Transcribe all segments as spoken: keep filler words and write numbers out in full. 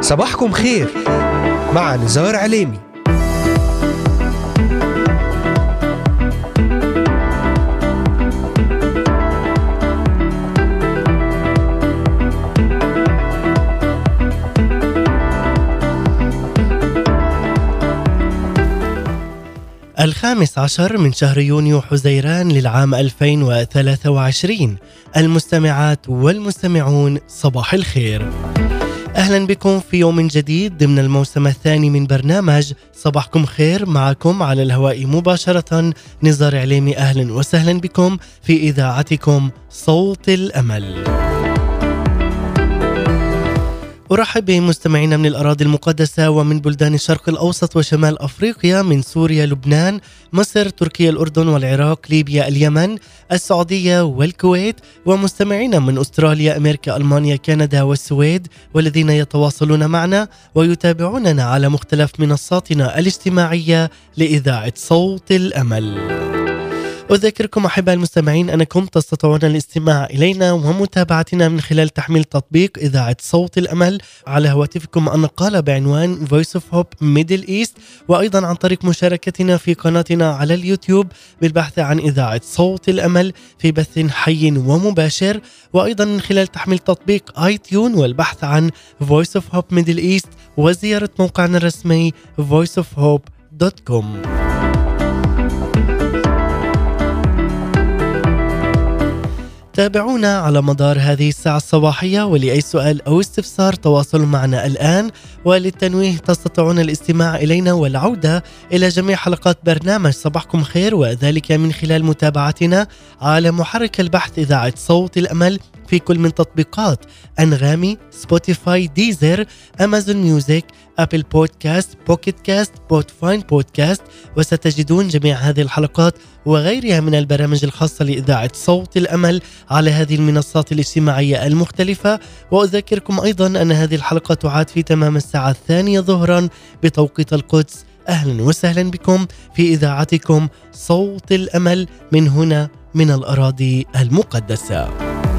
صباحكم خير مع نزار عليمي. الخامس عشر من شهر يونيو حزيران للعام ألفين وثلاثة وعشرين. المستمعات والمستمعون صباح الخير، أهلا بكم في يوم جديد ضمن الموسم الثاني من برنامج صباحكم خير. معكم على الهواء مباشرة نزار عليمي، أهلا وسهلا بكم في إذاعتكم صوت الأمل. أرحب بمستمعينا من الأراضي المقدسة ومن بلدان الشرق الأوسط وشمال أفريقيا، من سوريا، لبنان، مصر، تركيا، الأردن والعراق، ليبيا، اليمن، السعودية والكويت، ومستمعينا من أستراليا، أمريكا، ألمانيا، كندا والسويد، والذين يتواصلون معنا ويتابعوننا على مختلف منصاتنا الاجتماعية لإذاعة صوت الأمل. أذكركم أحباء المستمعين أنكم تستطيعون الاستماع إلينا ومتابعتنا من خلال تحميل تطبيق إذاعة صوت الأمل على هواتفكم النقالة بعنوان Voice of Hope Middle East، وأيضا عن طريق مشاركتنا في قناتنا على اليوتيوب بالبحث عن إذاعة صوت الأمل في بث حي ومباشر، وأيضا من خلال تحميل تطبيق آي تيون والبحث عن Voice of Hope Middle East وزيارة موقعنا الرسمي voice of hope دوت كوم. تابعونا على مدار هذه الساعة الصباحية، ولأي سؤال أو استفسار تواصلوا معنا الآن، وللتنويه تستطيعون الاستماع إلينا والعودة إلى جميع حلقات برنامج صباحكم خير، وذلك من خلال متابعتنا على محرك البحث إذاعة صوت الأمل في كل من تطبيقات أنغامي، سبوتيفاي، ديزر، أمازون ميوزك، أبل بودكاست، بوكيت كاست، بودفاين بودكاست، وستجدون جميع هذه الحلقات وغيرها من البرامج الخاصة لإذاعة صوت الأمل على هذه المنصات الاجتماعية المختلفة. وأذكركم أيضا أن هذه الحلقة تعاد في تمام الساعة الثانية ظهرا بتوقيت القدس. أهلا وسهلا بكم في إذاعتكم صوت الأمل من هنا من الأراضي المقدسة.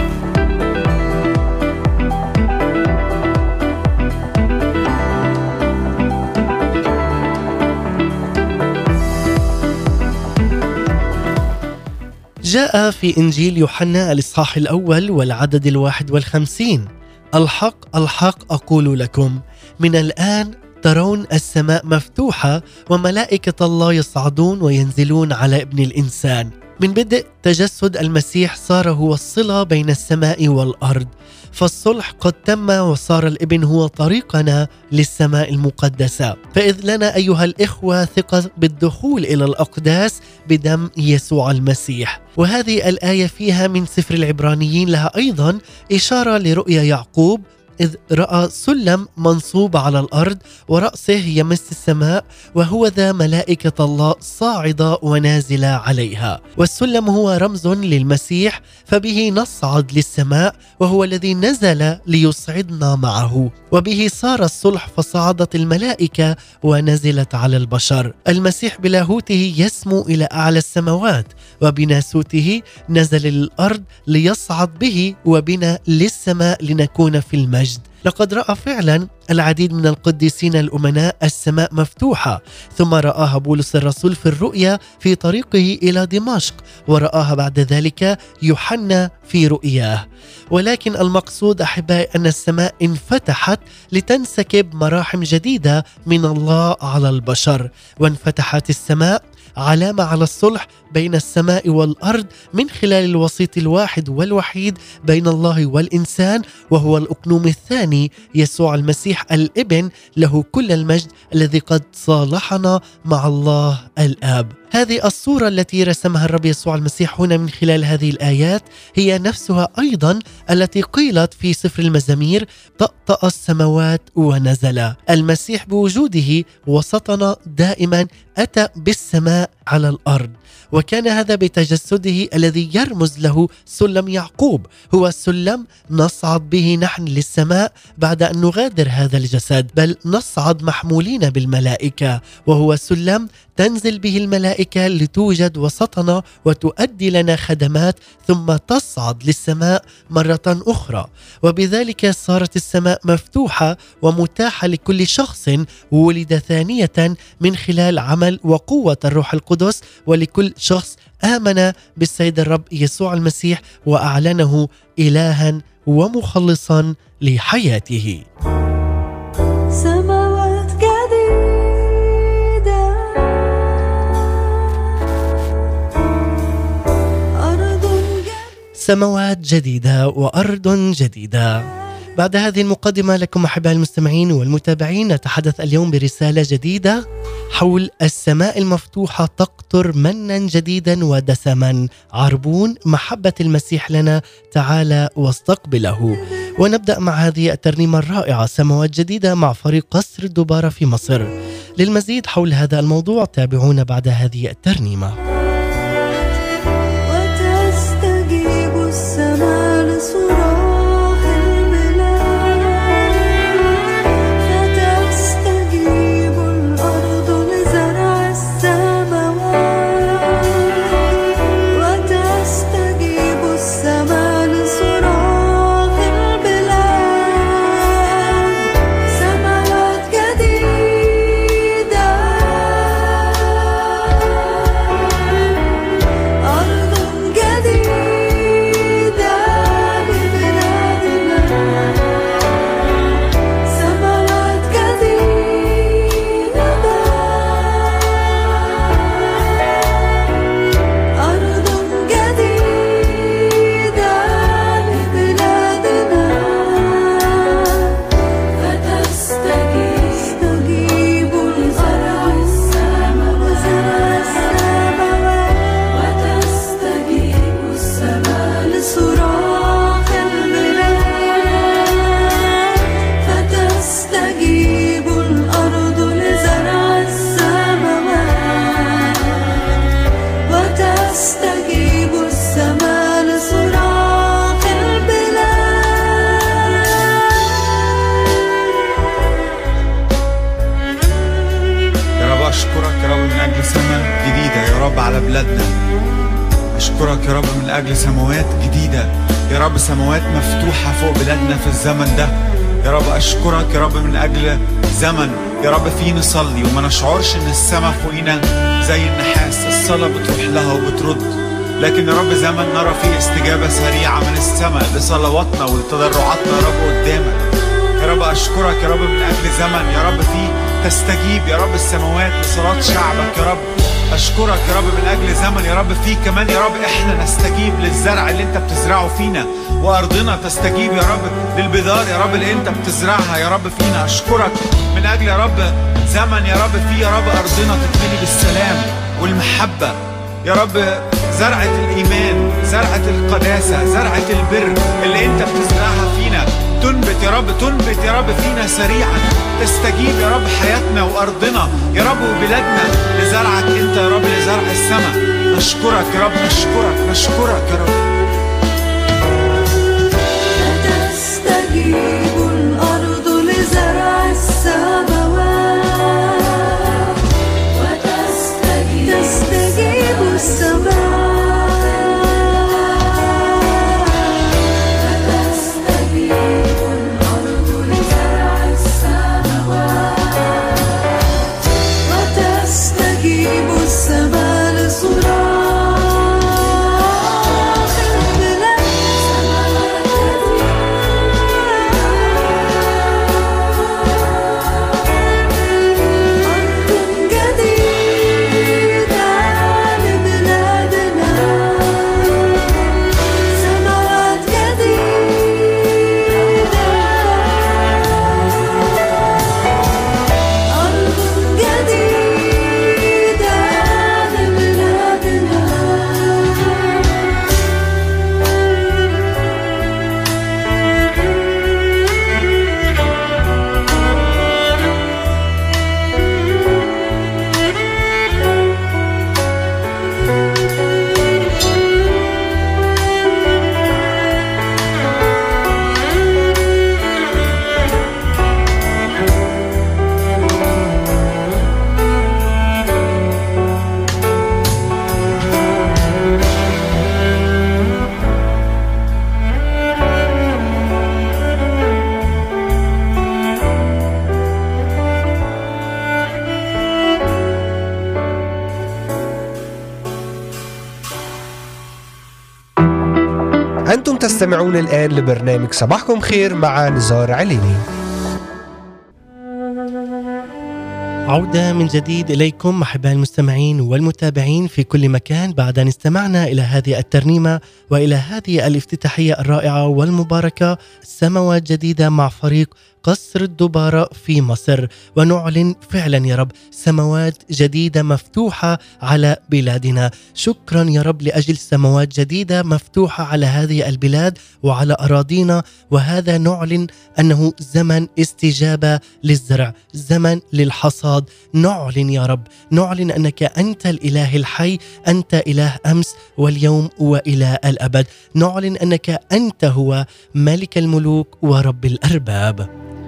جاء في إنجيل يوحنا الإصحاح الأول والعدد الواحد والخمسين: الحق الحق أقول لكم، من الآن ترون السماء مفتوحة وملائكة الله يصعدون وينزلون على ابن الإنسان. من بدء تجسد المسيح صار هو الصلة بين السماء والأرض، فالصلح قد تم وصار الابن هو طريقنا للسماء المقدسة. فإذ لنا أيها الإخوة ثقة بالدخول إلى الأقداس بدم يسوع المسيح. وهذه الآية فيها من سفر العبرانيين لها أيضا إشارة لرؤيا يعقوب، إذ رأى سلم منصوب على الأرض ورأسه يمس السماء، وهو ذا ملائكة الله صاعدة ونازلة عليها. والسلم هو رمز للمسيح، فبه نصعد للسماء، وهو الذي نزل ليصعدنا معه، وبه صار الصلح فصعدت الملائكة ونزلت على البشر. المسيح بلاهوته يسمو إلى أعلى السماوات، وبناسوته نزل للأرض ليصعد به وبنا للسماء لنكون في المجد. لقد رأى فعلا العديد من القديسين الأمناء السماء مفتوحة، ثم رآها بولس الرسول في الرؤيا في طريقه إلى دمشق، ورآها بعد ذلك يوحنا في رؤياه. ولكن المقصود أحبائي أن السماء انفتحت لتنسكب مراحم جديدة من الله على البشر، وانفتحت السماء علامة على الصلح بين السماء والأرض من خلال الوسيط الواحد والوحيد بين الله والإنسان، وهو الأقنوم الثاني يسوع المسيح الابن، له كل المجد، الذي قد صالحنا مع الله الآب. هذه الصورة التي رسمها الرب يسوع المسيح هنا من خلال هذه الآيات هي نفسها أيضا التي قيلت في سفر المزامير: طأطأ السماوات ونزل. المسيح بوجوده وسطنا دائما أتى بالسماء على الأرض، وكان هذا بتجسده الذي يرمز له سلم يعقوب، هو السلم نصعد به نحن للسماء بعد أن نغادر هذا الجسد، بل نصعد محمولين بالملائكة، وهو سلم تنزل به الملائكة لتوجد وسطنا وتؤدي لنا خدمات ثم تصعد للسماء مرة أخرى. وبذلك صارت السماء مفتوحة ومتاحة لكل شخص ولد ثانية من خلال عمل وقوة الروح القدس، ولكل شخص آمن بالسيد الرب يسوع المسيح وأعلنه إلها ومخلصا لحياته. سماوات جديدة، أرض جديدة، سماوات جديدة وأرض جديدة. بعد هذه المقدمة لكم أحبائي المستمعين والمتابعين، نتحدث اليوم برسالة جديدة حول السماء المفتوحة تقطر منا جديدا ودسما، عربون محبة المسيح لنا، تعالى واستقبله. ونبدأ مع هذه الترنيمة الرائعة سماوات جديدة مع فريق قصر الدبارة في مصر. للمزيد حول هذا الموضوع تابعونا بعد هذه الترنيمة. وتستجيب السماء لصراخ على بلادنا. أشكرك يا رب من أجل سماوات جديدة يا رب، سماوات مفتوحة فوق بلادنا في الزمن ده يا رب. أشكرك يا رب من أجل زمن يا رب فيه نصلي وما نشعرش إن السماء فوقينا زي النحاس، الصلاة بتروح لها وبترد، لكن يا رب زمن نرى فيه استجابة سريعة من السماء لصلواتنا ولتضرعاتنا يا رب قدامك يا رب. أشكرك يا رب من أجل زمن يا رب فيه تستجيب يا رب السماوات لصلاة شعبك يا رب. أشكرك يا رب من أجل زمن يا رب فيه كمان يا رب إحنا نستجيب للزرع اللي أنت بتزرعه فينا، وأرضنا تستجيب يا رب للبذار يا رب اللي أنت بتزرعها يا رب فينا. أشكرك من أجل يا رب زمن يا رب فيه يا رب أرضنا تتملي بالسلام والمحبة يا رب، زرعة الإيمان، زرعة القداسة، زرعة البر اللي أنت بتزرعها فينا تنبت يا رب، تنبت يا رب فينا سريعا، تستجيب يا رب حياتنا وأرضنا يا رب وبلادنا لزرعك أنت يا رب، لزرع السماء. نشكرك يا رب، نشكرك نشكرك يا رب. تستجيب الأرض لزرع السماوات، وتستجيب تستجيب السماء، السماء لصراخ تستمعون الآن لبرنامج صباحكم خير مع نزار عليني. عودة من جديد إليكم أحباء المستمعين والمتابعين في كل مكان بعد أن استمعنا إلى هذه الترنيمة وإلى هذه الافتتاحية الرائعة والمباركة، سماوات جديدة مع فريق قصر الدبارة في مصر. ونعلن فعلا يا رب سماوات جديدة مفتوحة على بلادنا. شكرا يا رب لأجل سماوات جديدة مفتوحة على هذه البلاد وعلى أراضينا. وهذا نعلن أنه زمن استجابة للزرع، زمن للحصاد. نعلن يا رب، نعلن أنك أنت الإله الحي، أنت إله أمس واليوم وإلى الأبد. نعلن أنك أنت هو ملك الملوك ورب الأرباب.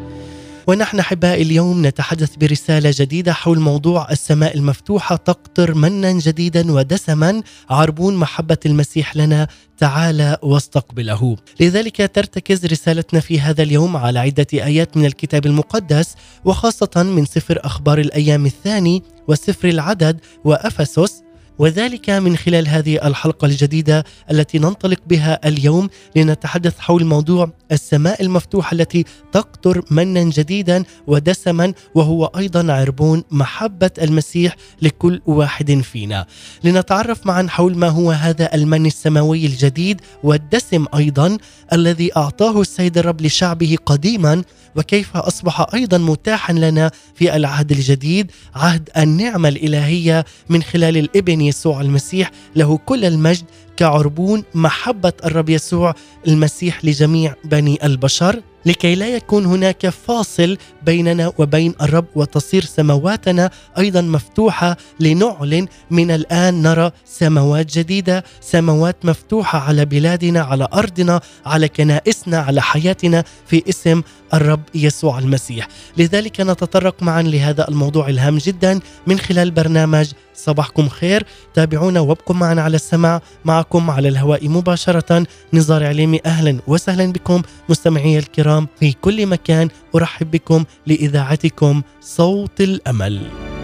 ونحن أحباء اليوم نتحدث برسالة جديدة حول موضوع السماء المفتوحة تقطر منا جديدا ودسما، عربون محبة المسيح لنا، تعالى واستقبله. لذلك ترتكز رسالتنا في هذا اليوم على عدة آيات من الكتاب المقدس، وخاصة من سفر أخبار الأيام الثاني وسفر العدد وأفسس، وذلك من خلال هذه الحلقة الجديدة التي ننطلق بها اليوم لنتحدث حول موضوع السماء المفتوحة التي تقطر منا جديدا ودسما، وهو أيضا عربون محبة المسيح لكل واحد فينا. لنتعرف معا حول ما هو هذا المن السماوي الجديد والدسم أيضا الذي أعطاه السيد الرب لشعبه قديما، وكيف أصبح أيضا متاحا لنا في العهد الجديد، عهد النعمة الإلهية من خلال الابن يسوع المسيح له كل المجد، كعربون محبة الرب يسوع المسيح لجميع بني البشر، لكي لا يكون هناك فاصل بيننا وبين الرب، وتصير سماواتنا أيضا مفتوحة. لنعلن من الآن نرى سماوات جديدة، سماوات مفتوحة على بلادنا، على أرضنا، على كنائسنا، على حياتنا في اسم الرب يسوع المسيح. لذلك نتطرق معا لهذا الموضوع الهام جدا من خلال برنامج صباحكم خير. تابعونا وابقوا معنا على السماع. معكم على الهواء مباشرة نزار عليمي. أهلا وسهلا بكم مستمعي الكرام في كل مكان. أرحب بكم لإذاعتكم صوت الأمل.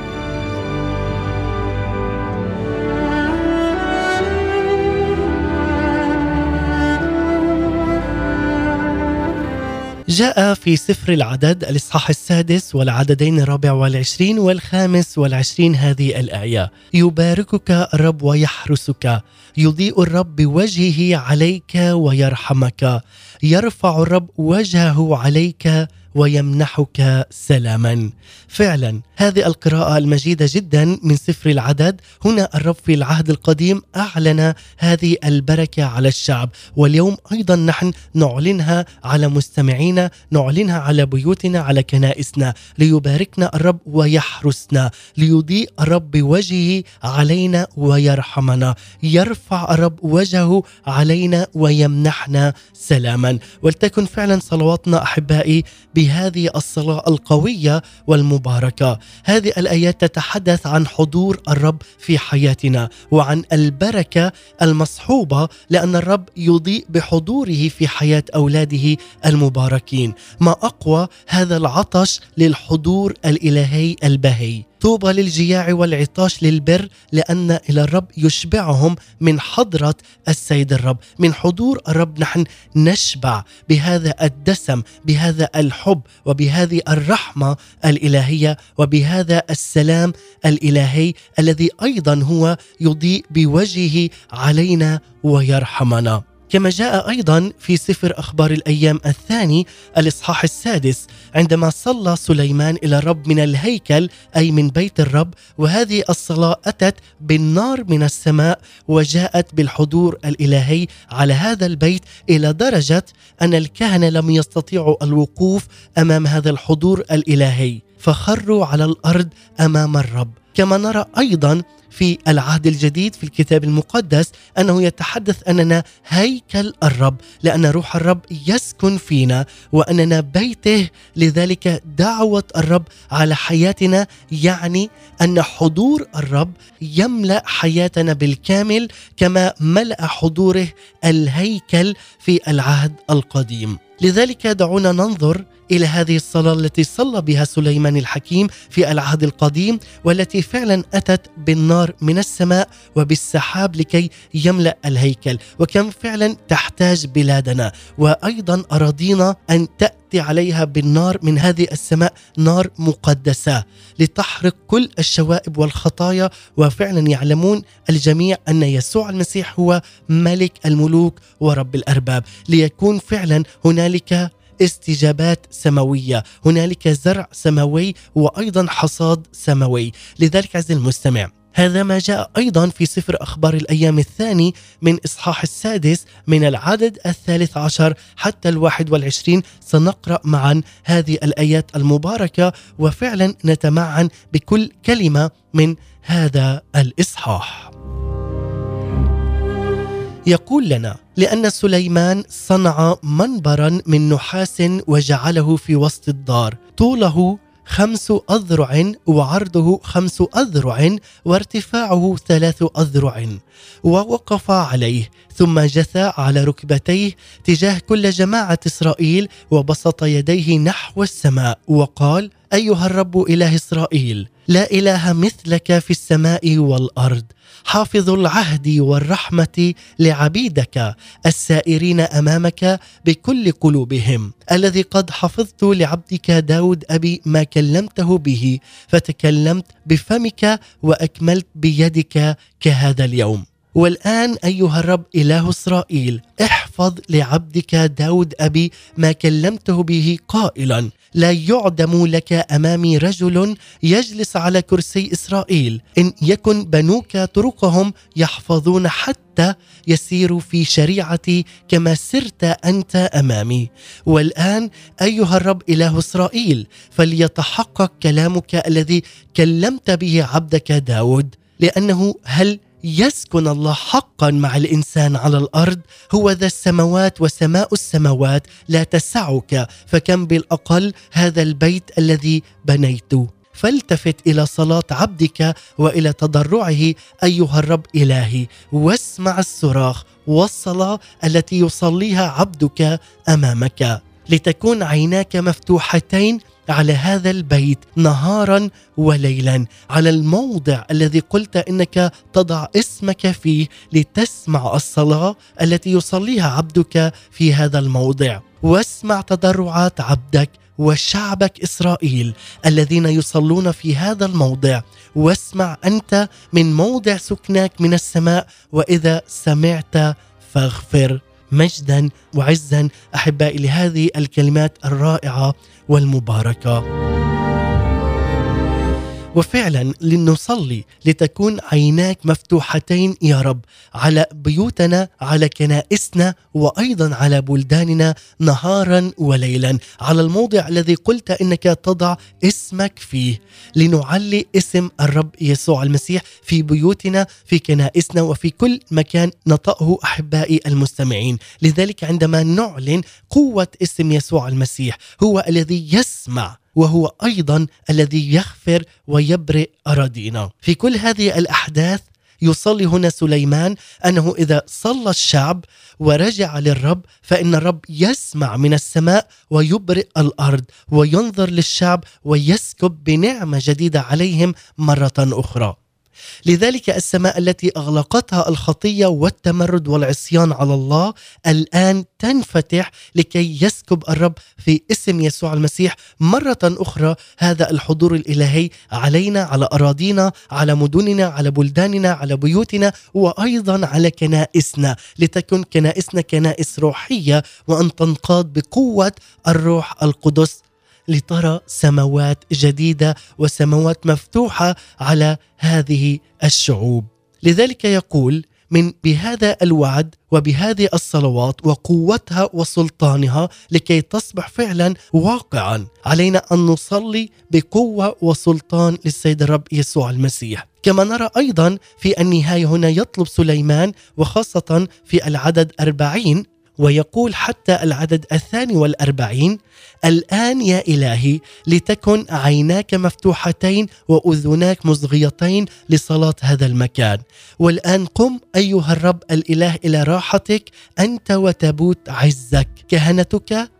جاء في سفر العدد الإصحاح السادس والعددين الرابع والعشرين والخامس والعشرين هذه الآية: يباركك الرب ويحرسك، يضيء الرب بوجهه عليك ويرحمك، يرفع الرب وجهه عليك ويمنحك سلاما. فعلا هذه القراءة المجيدة جدا من سفر العدد. هنا الرب في العهد القديم أعلن هذه البركة على الشعب، واليوم أيضا نحن نعلنها على مستمعينا، نعلنها على بيوتنا، على كنائسنا. ليباركنا الرب ويحرسنا، ليضيء الرب بوجهه علينا ويرحمنا، يرفع الرب وجهه علينا ويمنحنا سلاما. ولتكن فعلا صلواتنا أحبائي بهذه الصلاة القوية والمباركة. هذه الآيات تتحدث عن حضور الرب في حياتنا وعن البركة المصحوبة، لأن الرب يضيء بحضوره في حياة أولاده المباركين. ما أقوى هذا العطش للحضور الإلهي البهي. طوبى للجياع والعطاش للبر، لأن إلى الرب يشبعهم من حضرة السيد الرب. من حضور الرب نحن نشبع بهذا الدسم، بهذا الحب، وبهذه الرحمة الإلهية، وبهذا السلام الإلهي الذي أيضا هو يضيء بوجهه علينا ويرحمنا. كما جاء أيضا في سفر أخبار الأيام الثاني الإصحاح السادس عندما صلى سليمان إلى الرب من الهيكل، أي من بيت الرب، وهذه الصلاة أتت بالنار من السماء وجاءت بالحضور الإلهي على هذا البيت، إلى درجة أن الكهنة لم يستطيعوا الوقوف أمام هذا الحضور الإلهي، فخروا على الأرض أمام الرب. كما نرى أيضا في العهد الجديد في الكتاب المقدس أنه يتحدث أننا هيكل الرب، لأن روح الرب يسكن فينا وأننا بيته. لذلك دعوة الرب على حياتنا يعني أن حضور الرب يملأ حياتنا بالكامل كما ملأ حضوره الهيكل في العهد القديم. لذلك دعونا ننظر إلى هذه الصلاة التي صلى بها سليمان الحكيم في العهد القديم، والتي فعلا أتت بالنار من السماء وبالسحاب لكي يملأ الهيكل، وكم فعلا تحتاج بلادنا وأيضا أراضينا أن تأتي عليها بالنار من هذه السماء، نار مقدسة لتحرق كل الشوائب والخطايا. وفعلا يعلمون الجميع أن يسوع المسيح هو ملك الملوك ورب الأرباب، ليكون فعلا هنالك استجابات سماوية، هنالك زرع سماوي وأيضا حصاد سماوي. لذلك عزيزي المستمع، هذا ما جاء أيضا في سفر أخبار الأيام الثاني من إصحاح السادس من العدد الثالث عشر حتى الواحد والعشرين. سنقرأ معا هذه الآيات المباركة وفعلا نتمعن بكل كلمة من هذا الإصحاح. يقول لنا: لأن سليمان صنع منبرا من نحاس وجعله في وسط الدار، طوله خمس أذرع وعرضه خمس أذرع وارتفاعه ثلاث أذرع، ووقف عليه ثم جثى على ركبتيه تجاه كل جماعة إسرائيل، وبسط يديه نحو السماء وقال: أيها الرب إله إسرائيل، لا إله مثلك في السماء والأرض، حافظ العهد والرحمة لعبيدك السائرين أمامك بكل قلوبهم، الذي قد حفظت لعبدك داود أبي ما كلمته به، فتكلمت بفمك وأكملت بيدك كهذا اليوم. والآن أيها الرب إله إسرائيل، احفظ لعبدك داود أبي ما كلمته به قائلا: لا يعدم لك أمامي رجل يجلس على كرسي إسرائيل، إن يكن بنوك طرقهم يحفظون حتى يسيروا في شريعتي كما سرت أنت أمامي. والآن أيها الرب إله إسرائيل، فليتحقق كلامك الذي كلمت به عبدك داود، لأنه هل يسكن الله حقا مع الإنسان على الأرض؟ هو ذا السماوات وسماء السماوات لا تسعك، فكم بالأقل هذا البيت الذي بنيته. فالتفت إلى صلاة عبدك وإلى تضرعه أيها الرب إلهي، واسمع الصراخ والصلاة التي يصليها عبدك أمامك، لتكون عيناك مفتوحتين على هذا البيت نهارا وليلا، على الموضع الذي قلت إنك تضع اسمك فيه، لتسمع الصلاة التي يصليها عبدك في هذا الموضع. واسمع تضرعات عبدك وشعبك إسرائيل الذين يصلون في هذا الموضع، واسمع أنت من موضع سكناك من السماء، وإذا سمعت فاغفر. مجدا وعزا أحبائي لهذه الكلمات الرائعة والمباركة. وفعلا لنصلي لتكون عيناك مفتوحتين يا رب على بيوتنا، على كنائسنا، وأيضا على بلداننا نهارا وليلا، على الموضع الذي قلت إنك تضع اسمك فيه، لنعلي اسم الرب يسوع المسيح في بيوتنا، في كنائسنا، وفي كل مكان نطقه أحبائي المستمعين. لذلك عندما نعلن قوة اسم يسوع المسيح، هو الذي يسمع وهو أيضا الذي يغفر ويبرئ أراضينا. في كل هذه الأحداث يصلي هنا سليمان أنه إذا صلى الشعب ورجع للرب، فإن الرب يسمع من السماء ويبرئ الأرض وينظر للشعب ويسكب بنعمة جديدة عليهم مرة أخرى. لذلك السماء التي أغلقتها الخطية والتمرد والعصيان على الله الآن تنفتح لكي يسكب الرب في اسم يسوع المسيح مرة أخرى هذا الحضور الإلهي علينا، على أراضينا، على مدننا، على بلداننا، على بيوتنا، وأيضا على كنائسنا، لتكن كنائسنا كنائس روحية، وأن تنقاد بقوة الروح القدس، لترى سماوات جديدة وسماوات مفتوحة على هذه الشعوب. لذلك يقول: من بهذا الوعد وبهذه الصلوات وقوتها وسلطانها لكي تصبح فعلا واقعا، علينا أن نصلي بقوة وسلطان للسيد الرب يسوع المسيح. كما نرى أيضا في النهاية هنا يطلب سليمان، وخاصة في العدد أربعين، ويقول حتى العدد الثاني والأربعين: الآن يا إلهي لتكن عيناك مفتوحتين وأذناك مصغيتين لصلاة هذا المكان، والآن قم أيها الرب الإله إلى راحتك أنت وتابوت عزك، كهنتك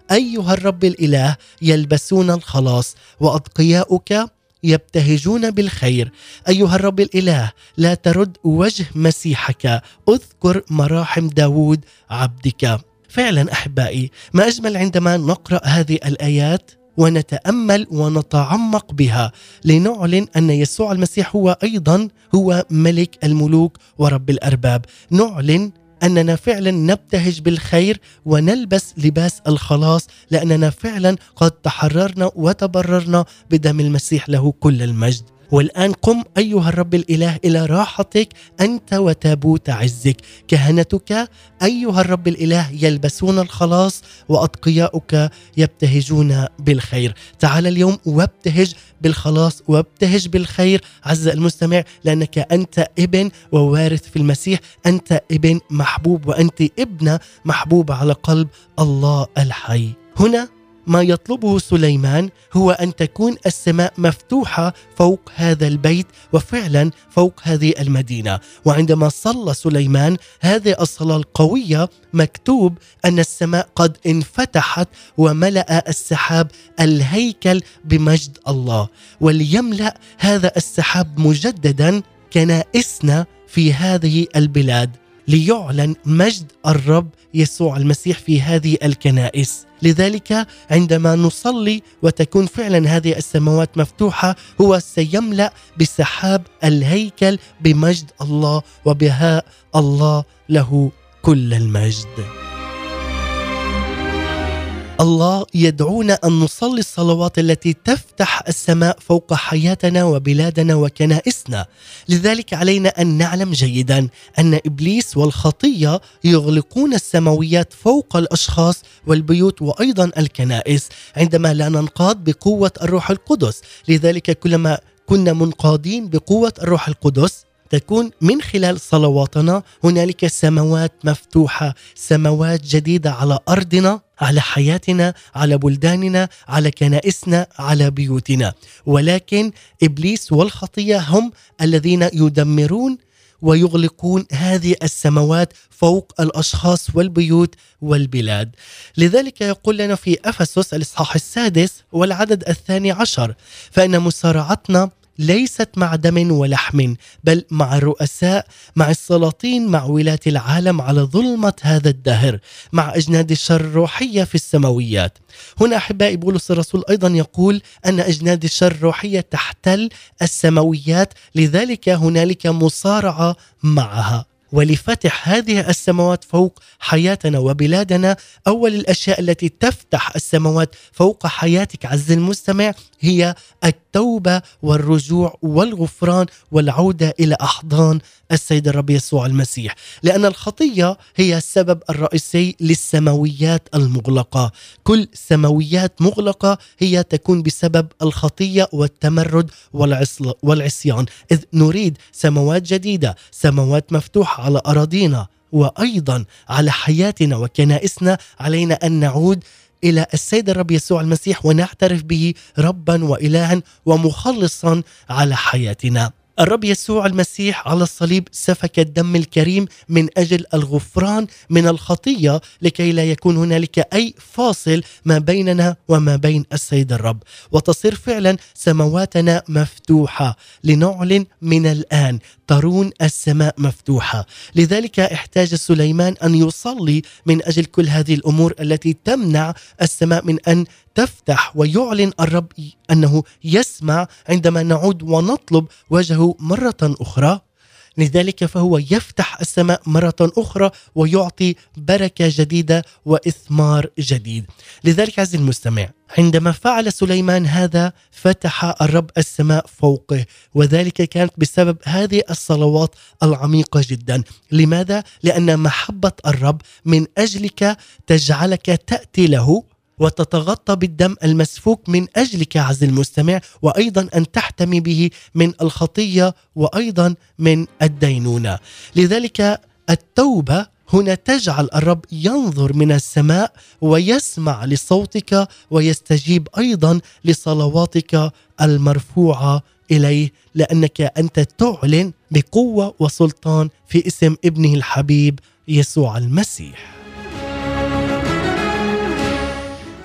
أيها الرب الإله يلبسون الخلاص وأتقياؤك يبتهجون بالخير. أيها الرب الإله لا ترد وجه مسيحك، أذكر مراحم داود عبدك. فعلا أحبائي، ما أجمل عندما نقرأ هذه الآيات ونتأمل ونتعمق بها لنعلن أن يسوع المسيح هو أيضا هو ملك الملوك ورب الأرباب. نعلن أننا فعلا نبتهج بالخير ونلبس لباس الخلاص، لأننا فعلا قد تحررنا وتبررنا بدم المسيح، له كل المجد. والآن قم أيها الرب الإله إلى راحتك أنت وتابوت عزك. كهنتك أيها الرب الإله يلبسون الخلاص وأتقياؤك يبتهجون بالخير. تعال اليوم وابتهج بالخلاص وابتهج بالخير عز المستمع، لأنك أنت ابن ووارث في المسيح، أنت ابن محبوب وأنت ابنة محبوبة على قلب الله الحي. هنا ما يطلبه سليمان هو أن تكون السماء مفتوحة فوق هذا البيت وفعلا فوق هذه المدينة. وعندما صلى سليمان هذه الصلاة القوية مكتوب أن السماء قد انفتحت وملأ السحاب الهيكل بمجد الله، وليملأ هذا السحاب مجددا كنائسنا في هذه البلاد، ليعلن مجد الرب يسوع المسيح في هذه الكنائس. لذلك عندما نصلي وتكون فعلا هذه السماوات مفتوحة، هو سيملأ بسحاب الهيكل بمجد الله وبهاء الله، له كل المجد. الله يدعونا أن نصلي الصلوات التي تفتح السماء فوق حياتنا وبلادنا وكنائسنا. لذلك علينا أن نعلم جيدا أن إبليس والخطية يغلقون السماويات فوق الأشخاص والبيوت وأيضا الكنائس عندما لا ننقاد بقوة الروح القدس. لذلك كلما كنا منقادين بقوة الروح القدس تكون من خلال صلواتنا هنالك سماوات مفتوحة، سماوات جديدة على أرضنا، على حياتنا، على بلداننا، على كنائسنا، على بيوتنا. ولكن إبليس والخطية هم الذين يدمرون ويغلقون هذه السماوات فوق الأشخاص والبيوت والبلاد. لذلك يقول لنا في أفسس الإصحاح السادس والعدد الثاني عشر: فإن مسارعتنا ليست مع دم ولحم، بل مع الرؤساء، مع السلاطين، مع ولاة العالم على ظلمة هذا الدهر، مع أجناد الشر الروحية في السماويات. هنا أحبائي بولس الرسول أيضا يقول أن أجناد الشر الروحية تحتل السماويات، لذلك هنالك مصارعة معها. ولفتح هذه السماوات فوق حياتنا وبلادنا، أول الأشياء التي تفتح السماوات فوق حياتك عز المستمع هي التوبة والرجوع والغفران والعودة إلى أحضان السيد الرب يسوع المسيح، لأن الخطية هي السبب الرئيسي للسماويات المغلقة. كل سماويات مغلقة هي تكون بسبب الخطية والتمرد والعصيان، إذ نريد سماوات جديدة، سماوات مفتوحة على أراضينا وأيضا على حياتنا وكنائسنا. علينا أن نعود إلى السيد الرب يسوع المسيح ونعترف به ربا وإلها ومخلصا على حياتنا. الرب يسوع المسيح على الصليب سفك الدم الكريم من أجل الغفران من الخطية، لكي لا يكون هنالك أي فاصل ما بيننا وما بين السيد الرب، وتصير فعلا سماواتنا مفتوحة لنعلن من الآن ترون السماء مفتوحة. لذلك احتاج سليمان أن يصلي من أجل كل هذه الأمور التي تمنع السماء من أن تفتح، ويعلن الرب أنه يسمع عندما نعود ونطلب وجهه مرة أخرى. لذلك فهو يفتح السماء مرة أخرى ويعطي بركة جديدة وإثمار جديد. لذلك عزيزي المستمع، عندما فعل سليمان هذا فتح الرب السماء فوقه، وذلك كانت بسبب هذه الصلوات العميقة جدا. لماذا؟ لأن محبة الرب من أجلك تجعلك تأتي له وتتغطى بالدم المسفوك من أجلك عز المستمع، وأيضا أن تحتمي به من الخطية وأيضا من الدينونة. لذلك التوبة هنا تجعل الرب ينظر من السماء ويسمع لصوتك ويستجيب أيضا لصلواتك المرفوعة إليه، لأنك أنت تعلن بقوة وسلطان في اسم ابنه الحبيب يسوع المسيح.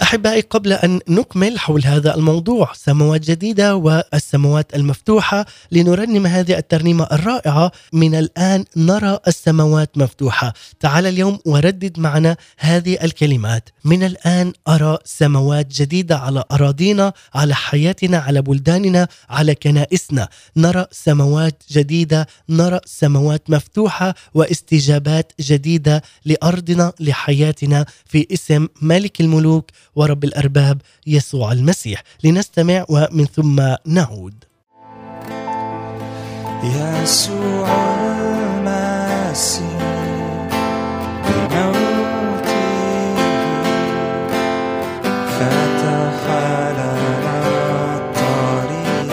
أحبائي، قبل أن نكمل حول هذا الموضوع سماوات جديدة والسماوات المفتوحة، لنرنم هذه الترنيمة الرائعة من الآن نرى السماوات مفتوحة. تعال اليوم وردد معنا هذه الكلمات: من الآن أرى سماوات جديدة على أراضينا، على حياتنا، على بلداننا، على كنائسنا. نرى سماوات جديدة، نرى سماوات مفتوحة واستجابات جديدة لأرضنا، لحياتنا، في اسم ملك الملوك ورب الأرباب يسوع المسيح. لنستمع ومن ثم نعود. يسوع المسيح بموته فتح لنا الطريق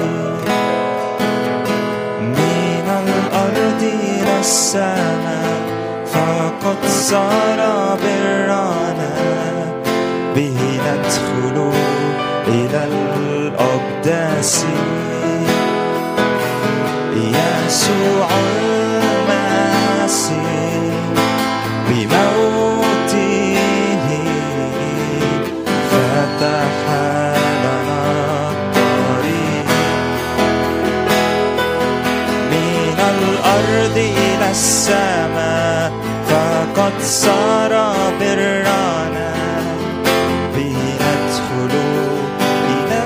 من الأرض إلى السماء، فقد صار برنا به ندخل إلى الأقداس. يسوع المسيح بموته فتح لنا الطريق من الأرض إلى السماء، فقد صار برنا به ندخل إلى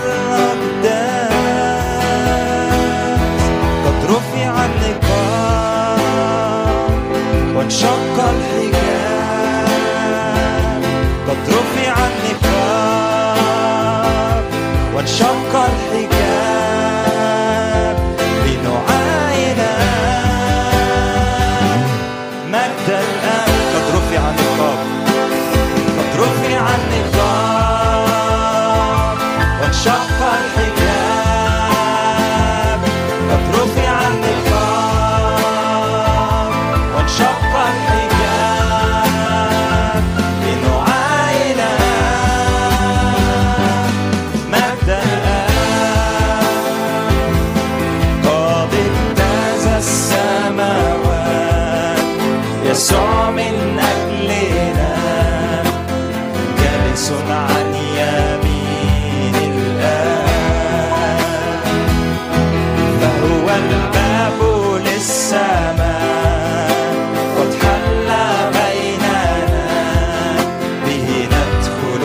الأقداس. قد رفع النقاب وانشق الحجاب، قد رفع النقاب وانشق الحجاب لنعاين مجد الآب. قد رفع النقاب، قد رفع النقاب وانشق الحجاب، قد رفع النقاب وانشق الحجاب لنعاين مجد الآب. قد اجتاز السماوات يسوع من أجلنا، جالس عن يمين الآب، فهو الباب للسماء قد حل بيننا، به ندخل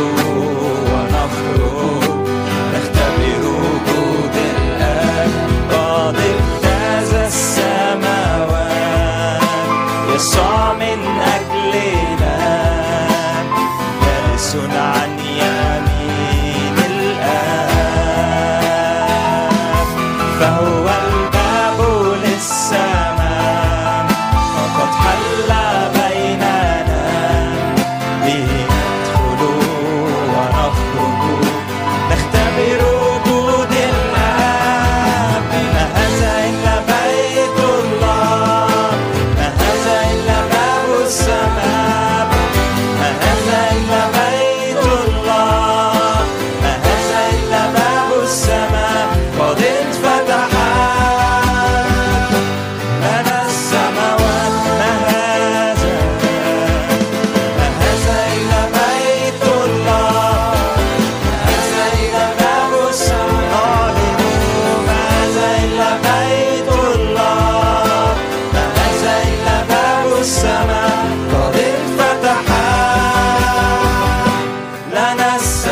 ونخرج نختبر وجود الآب. قد اجتاز السماوات يسوع من أجلنا، جالس عن يمين الآب، فهو الباب للسماء وقد حل بيننا، به ندخل ونخرج نختبر وجود الآب. ما هذا إلا بيت الله، ما هذا إلا باب السماء، ما هذا إلا بيت الله، ما هذا إلا باب السماء. قد انفتحت لنا السماوات، ما هذا، ما هذا إلا بيت الله، ما هذا إلا باب السماء. ما هذا إلا بيت الله، ما هذا إلا باب السماء. قد انفتحت لنا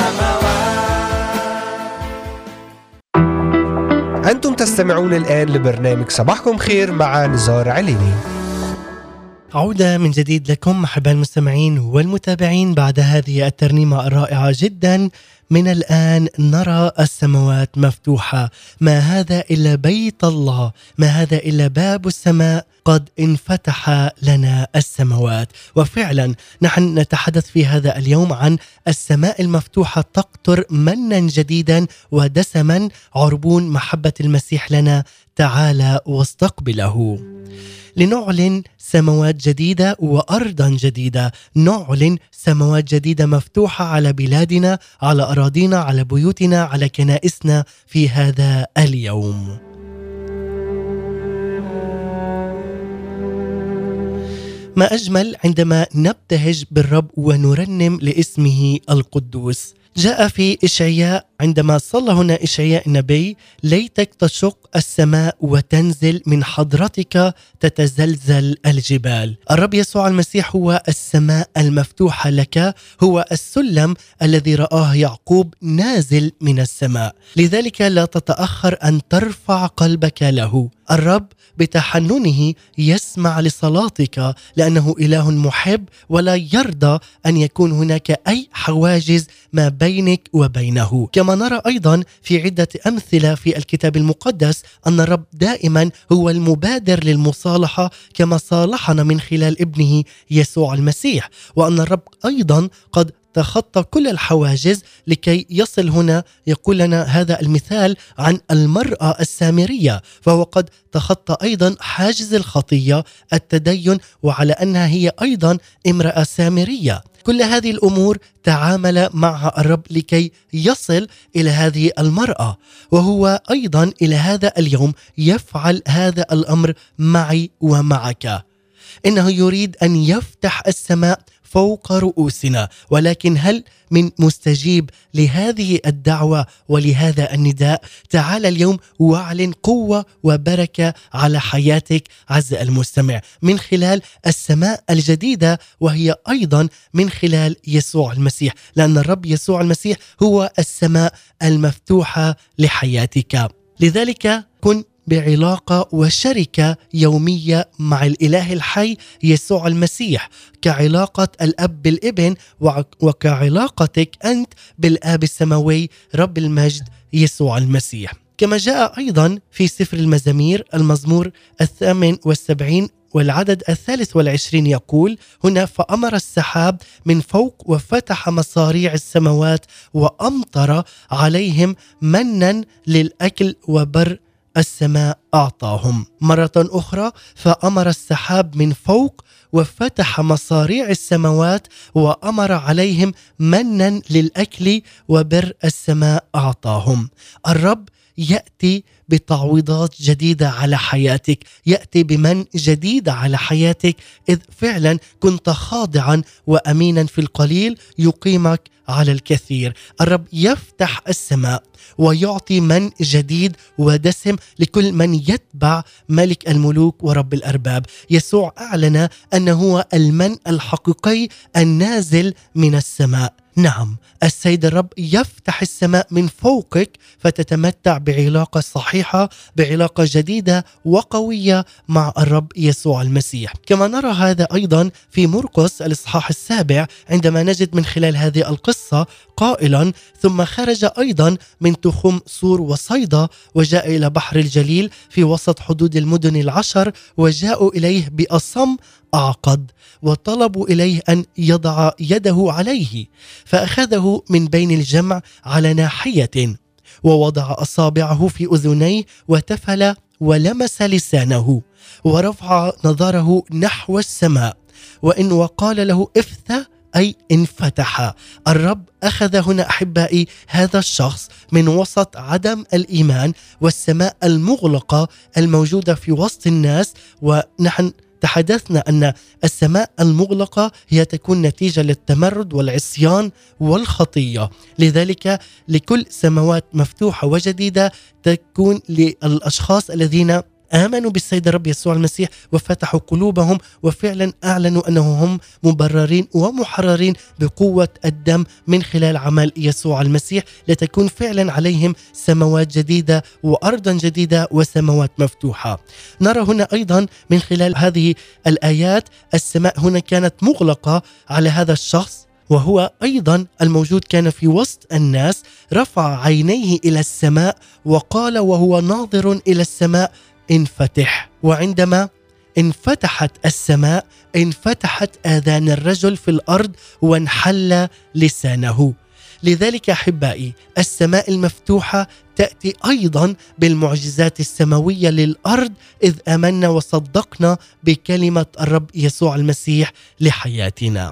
السماوات. أنتم تستمعون الآن لبرنامج صباحكم خير مع نزار عليني. عودة من جديد لكم أحباء المستمعين والمتابعين بعد هذه الترنيمة الرائعة جدا. من الآن نرى السماوات مفتوحة، ما هذا إلا بيت الله، ما هذا إلا باب السماء، قد انفتح لنا السماوات. وفعلا نحن نتحدث في هذا اليوم عن السماء المفتوحة تقطر منا جديدا ودسما، عربون محبة المسيح لنا. تعالى واستقبله. لنعلن سماوات جديدة وأرضا جديدة، نعلن سماوات جديدة مفتوحة على بلادنا، على أراضينا، على بيوتنا، على كنائسنا في هذا اليوم. ما أجمل عندما نبتهج بالرب ونرنم لاسمه القدوس. جاء في إشعياء عندما صلى هنا إشعياء النبي: ليتك تشق السماء وتنزل، من حضرتك تتزلزل الجبال. الرب يسوع المسيح هو السماء المفتوحة لك، هو السلم الذي رآه يعقوب نازل من السماء. لذلك لا تتأخر أن ترفع قلبك له. الرب بتحننه يسمع لصلاتك، لأنه إله محب ولا يرضى أن يكون هناك أي حواجز ما بينك وبينه. كما نرى أيضا في عدة أمثلة في الكتاب المقدس أن الرب دائما هو المبادر للمصالحة، كما صالحنا من خلال ابنه يسوع المسيح، وأن الرب أيضا قد تخطى كل الحواجز لكي يصل هنا. يقول لنا هذا المثال عن المرأة السامرية، فهو قد تخطى أيضا حاجز الخطية، التدين، وعلى أنها هي أيضا امرأة سامرية. كل هذه الأمور تعامل معها الرب لكي يصل إلى هذه المرأة، وهو أيضا إلى هذا اليوم يفعل هذا الأمر معي ومعك. إنه يريد أن يفتح السماء فوق رؤوسنا، ولكن هل من مستجيب لهذه الدعوة ولهذا النداء؟ تعال اليوم واعلن قوة وبركة على حياتك عز المستمع من خلال السماء الجديدة، وهي أيضا من خلال يسوع المسيح، لأن الرب يسوع المسيح هو السماء المفتوحة لحياتك. لذلك كن بعلاقة وشركة يومية مع الإله الحي يسوع المسيح، كعلاقة الأب بالابن وكعلاقتك أنت بالآب السماوي رب المجد يسوع المسيح. كما جاء أيضا في سفر المزامير المزمور الثامن والسبعين والعدد الثالث والعشرين يقول هنا: فأمر السحاب من فوق وفتح مصاريع السماوات وأمطر عليهم منا للأكل وبر السماء أعطاهم. مرة أخرى: فأمر السحاب من فوق وفتح مصاريع السماوات وأمر عليهم منا للأكل وبر السماء أعطاهم. الرب يأتي بتعويضات جديدة على حياتك، يأتي بمن جديد على حياتك، إذ فعلا كنت خاضعا وأمينا في القليل يقيمك على الكثير. الرب يفتح السماء ويعطي من جديد ودسم لكل من يتبع ملك الملوك ورب الأرباب. يسوع أعلن أنه هو المن الحقيقي النازل من السماء. نعم، السيد الرب يفتح السماء من فوقك فتتمتع بعلاقة صحيحة، بعلاقة جديدة وقوية مع الرب يسوع المسيح. كما نرى هذا أيضا في مرقس الإصحاح السابع، عندما نجد من خلال هذه القصة قائلا: ثم خرج أيضا من تخم سور وصيدا وجاء إلى بحر الجليل في وسط حدود المدن العشر، وجاءوا إليه بأصم أعقد وطلبوا إليه أن يضع يده عليه، فأخذه من بين الجمع على ناحية ووضع أصابعه في أذنيه وتفل ولمس لسانه ورفع نظره نحو السماء، وإن وقال له: افتح، أي انفتح. الرب أخذ هنا أحبائي هذا الشخص من وسط عدم الإيمان والسماء المغلقة الموجودة في وسط الناس، ونحن تحدثنا أن السماء المغلقة هي تكون نتيجة للتمرد والعصيان والخطية. لذلك لكل سماوات مفتوحة وجديدة تكون للأشخاص الذين آمنوا بالسيد الرب يسوع المسيح وفتحوا قلوبهم وفعلا أعلنوا أنهم مبررين ومحررين بقوة الدم من خلال عمل يسوع المسيح، لتكون فعلا عليهم سماوات جديدة وأرضا جديدة وسماوات مفتوحة. نرى هنا أيضا من خلال هذه الآيات السماء هنا كانت مغلقة على هذا الشخص، وهو أيضا الموجود كان في وسط الناس، رفع عينيه إلى السماء وقال وهو ناظر إلى السماء: انفتح. وعندما انفتحت السماء انفتحت آذان الرجل في الأرض وانحل لسانه. لذلك أحبائي السماء المفتوحة تأتي أيضا بالمعجزات السماوية للأرض، إذ آمنا وصدقنا بكلمة الرب يسوع المسيح لحياتنا.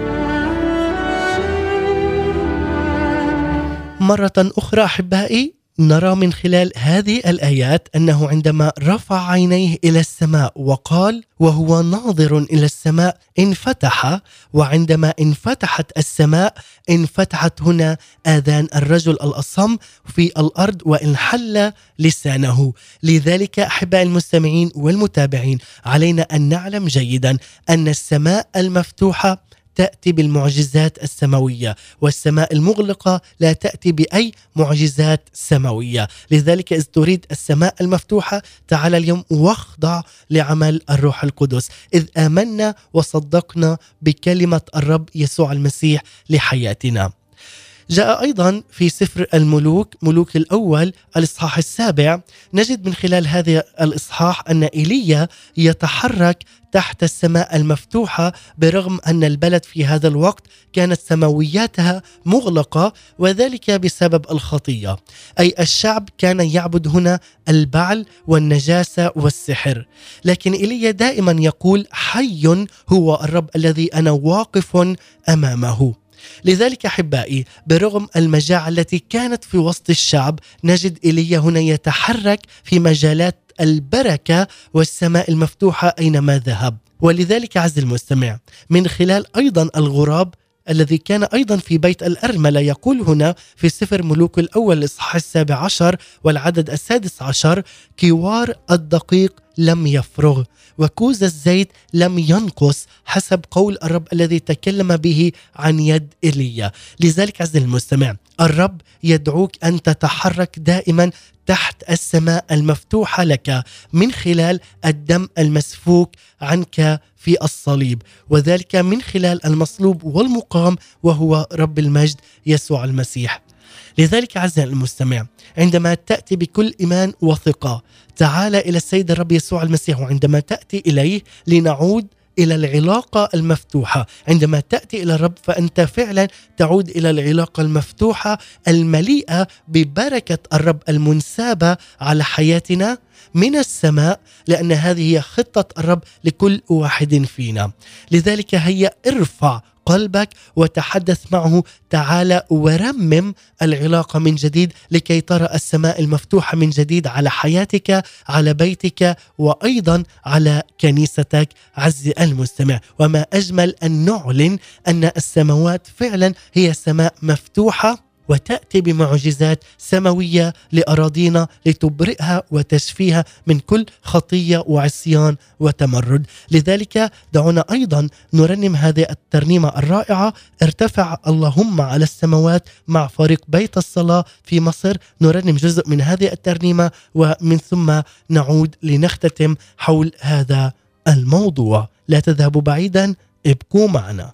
مرة أخرى أحبائي نرى من خلال هذه الآيات أنه عندما رفع عينيه إلى السماء وقال وهو ناظر إلى السماء انفتح، وعندما انفتحت السماء انفتحت هنا آذان الرجل الأصم في الأرض وانحل لسانه. لذلك أحباء المستمعين والمتابعين علينا أن نعلم جيدا أن السماء المفتوحة تأتي بالمعجزات السماوية، والسماء المغلقة لا تأتي بأي معجزات سماوية. لذلك إذ تريد السماء المفتوحة تعال اليوم واخضع لعمل الروح القدس، إذ آمنا وصدقنا بكلمة الرب يسوع المسيح لحياتنا. جاء أيضا في سفر الملوك ملوك الأول الإصحاح السابع، نجد من خلال هذا الإصحاح أن إيليا يتحرك تحت السماء المفتوحة برغم أن البلد في هذا الوقت كانت سماوياتها مغلقة، وذلك بسبب الخطية، أي الشعب كان يعبد هنا البعل والنجاسة والسحر. لكن إيليا دائما يقول حي هو الرب الذي أنا واقف أمامه. لذلك أحبائي برغم المجاعة التي كانت في وسط الشعب نجد إيليا هنا يتحرك في مجالات البركة والسماء المفتوحة أينما ذهب. ولذلك عز المستمع من خلال أيضا الغراب الذي كان أيضا في بيت الأرملة، يقول هنا في سفر ملوك الأول الإصحاح السابع عشر والعدد السادس عشر كوار الدقيق لم يفرغ وكوز الزيت لم ينقص حسب قول الرب الذي تكلم به عن يد إيليا. لذلك عز المستمع الرب يدعوك أن تتحرك دائما تحت السماء المفتوحة لك من خلال الدم المسفوك عنك في الصليب، وذلك من خلال المصلوب والمقام وهو رب المجد يسوع المسيح. لذلك عزيزي المستمع عندما تأتي بكل إيمان وثقة تعال إلى السيد الرب يسوع المسيح، وعندما تأتي إليه لنعود إلى العلاقة المفتوحة، عندما تأتي إلى الرب فأنت فعلا تعود إلى العلاقة المفتوحة المليئة ببركة الرب المنسابة على حياتنا من السماء، لأن هذه هي خطة الرب لكل واحد فينا. لذلك هيا ارفع قلبك وتحدث معه، تعال ورمم العلاقة من جديد لكي ترى السماء المفتوحة من جديد على حياتك، على بيتك، وأيضا على كنيستك عزيزي المستمع. وما أجمل أن نعلن أن السماوات فعلا هي سماء مفتوحة وتأتي بمعجزات سماوية لأراضينا لتبرئها وتشفيها من كل خطية وعصيان وتمرد. لذلك دعونا أيضا نرنم هذه الترنيمة الرائعة ارتفع اللهم على السماوات مع فريق بيت الصلاة في مصر. نرنم جزء من هذه الترنيمة ومن ثم نعود لنختتم حول هذا الموضوع. لا تذهبوا بعيدا، ابقوا معنا.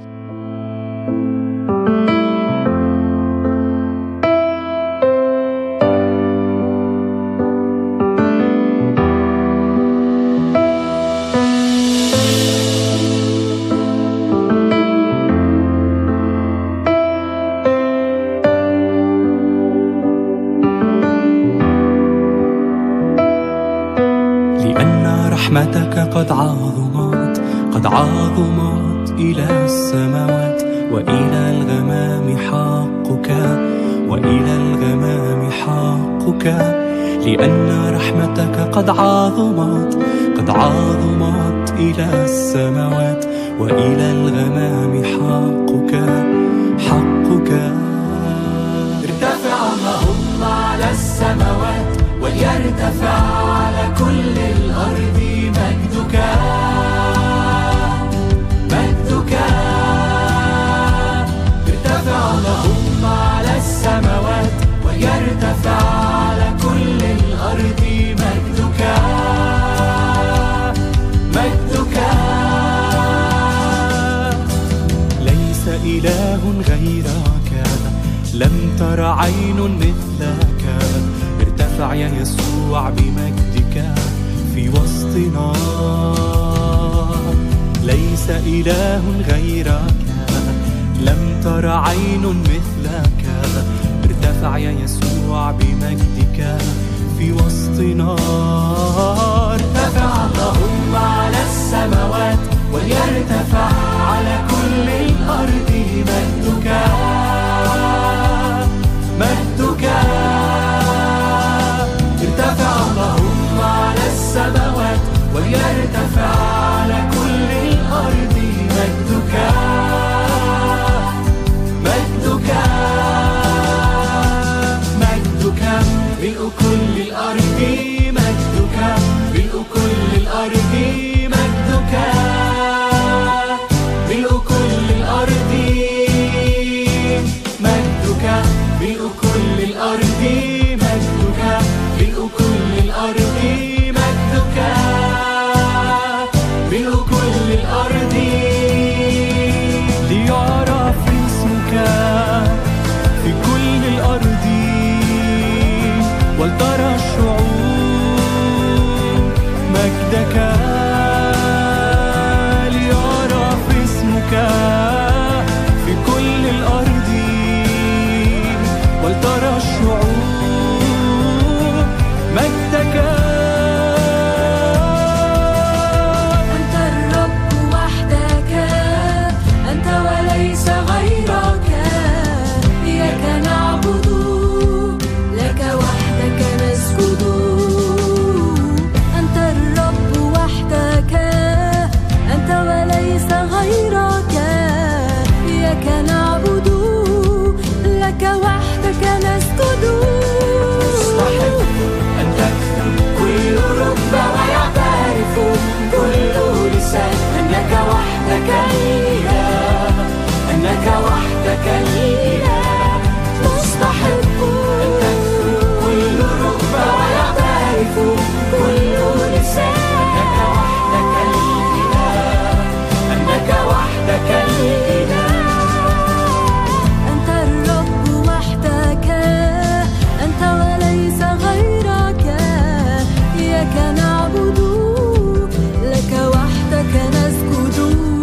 رحمتك قد عظمت قد عظمت إلى السماوات وإلى الغمام حقك وإلى الغمام حقك، لأن رحمتك قد عظمت قد عظمت إلى السماوات وإلى الغمام حقك حقك. ارتفع اللهم على السماوات وليرتفع على كل الأرض مجدك مجدك. ارتفع اللهم على السماوات وليرتفع على كل الأرض مجدك مجدك. ليس إله غيرك لم تر عين مثلك. ارتفع يا يسوع بمجدك في وسطنا. ليس إله غيرك لم تر عين مثلك. ارتفع يا يسوع بمجدك في وسطنا. ارتفع اللهم على السماوات وليرتفع على كل الأرض مجدك مجدك. اسمك في كل الأرض ولترى الشعوب مجدك ليعرف اسمك في كل الأرض ولترى الشعوب مجدك. أنت الرب وحدك، أنت وليس غيرك، إياك نعبد، لك وحدك نسجد. أنت الرب وحدك، أنت وليس غيرك، إياك نعبد، لك وحدك نسجد. مستحق أن تكثر كل ركبة ويعترف كل لسان أنك وحدك الإله، أنك وحدك الإله. مستحق أن تكثر كل ركبة ويعترف كل لسان أنك وحدك الإله، أنك وحدك الإله. أنت الرب وحدك، أنت وليس غيرك، إياك نعبد، لك وحدك نسجد.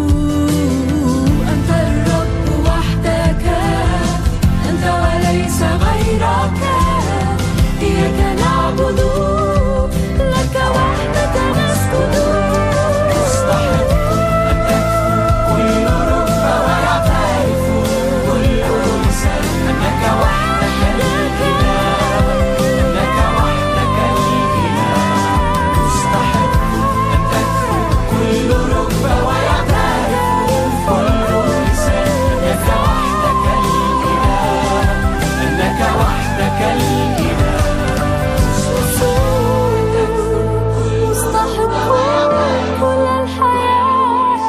أنت الرب وحدك، أنت وليس غيرك، إياك نعبد، لك وحدك نسجد. مستحق أن تكثر كل ركبة ويعترف كل لسان أنك وحدك الإله، أنك وحدك الإله. مستحق أن تكثر كل ركبة ويعترف كل لسان أنك وحدك الإله، أنك وحدك الإله. مستحق كل الحياة،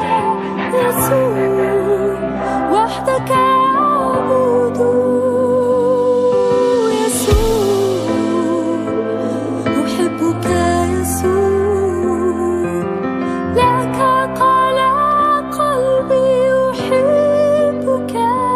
يسوع وحدك أعبد. يسوع أحبك، يسوع لك قال قلبي أحبك.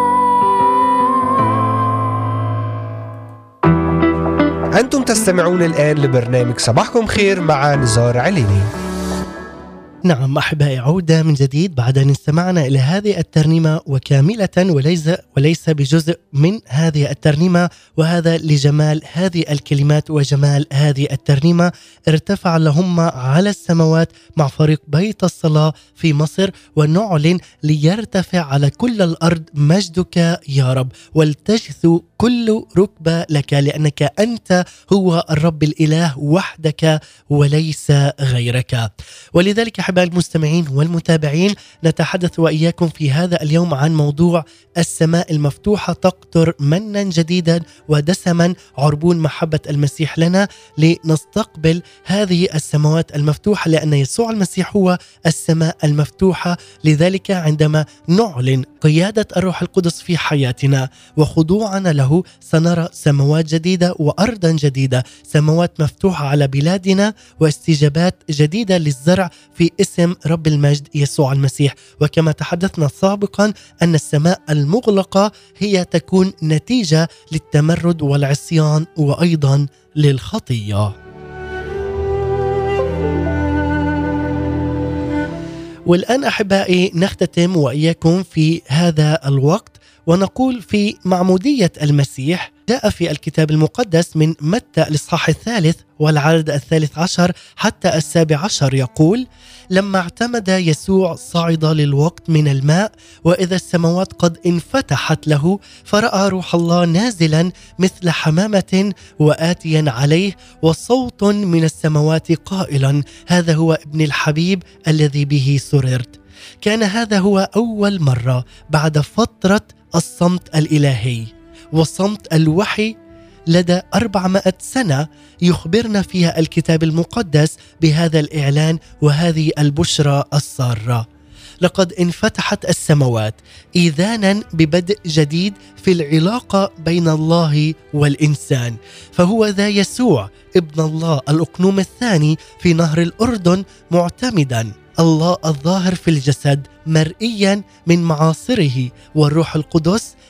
أنتم تستمعون الآن لبرنامج صباحكم خير مع نزار عليني. نعم أحبائي، عودة من جديد بعد أن استمعنا إلى هذه الترنيمة وكاملة وليس, وليس بجزء من هذه الترنيمة، وهذا لجمال هذه الكلمات وجمال هذه الترنيمة. ارتفع اللهم على السماوات مع فريق بيت الصلاة في مصر، ونعلن ليرتفع على كل الأرض مجدك يا رب، ولتجثو كل ركبة لك، لأنك أنت هو الرب الإله وحدك وليس غيرك. ولذلك أحبائي المستمعين والمتابعين، نتحدث وإياكم في هذا اليوم عن موضوع السماء المفتوحة تقطر منا جديدا ودسما، عربون محبة المسيح لنا لنستقبل هذه السماوات المفتوحة، لأن يسوع المسيح هو السماء المفتوحة. لذلك عندما نعلن قيادة الروح القدس في حياتنا وخضوعنا له، سنرى سماوات جديدة وأرضا جديدة، سماوات مفتوحة على بلادنا واستجابات جديدة للزرع في اسم رب المجد يسوع المسيح. وكما تحدثنا سابقا أن السماء المغلقة هي تكون نتيجة للتمرد والعصيان وأيضا للخطية. والآن أحبائي نختتم وإياكم في هذا الوقت ونقول في معمودية المسيح. جاء في الكتاب المقدس من متى الإصحاح الثالث والعدد الثالث عشر حتى السابع عشر يقول: لما اعتمد يسوع صعد للوقت من الماء، وإذا السماوات قد انفتحت له، فرأى روح الله نازلا مثل حمامة وآتيا عليه، وصوت من السماوات قائلا: هذا هو ابن الحبيب الذي به سررت. كان هذا هو أول مرة بعد فترة الصمت الإلهي وصمت الوحي لدى أربعمائة سنة يخبرنا فيها الكتاب المقدس بهذا الإعلان وهذه البشرى السارة. لقد انفتحت السماوات إذانا ببدء جديد في العلاقة بين الله والإنسان، فهو ذا يسوع ابن الله الأقنوم الثاني في نهر الأردن، معتمدا الله الظاهر في الجسد مرئيا من معاصره، والروح القدس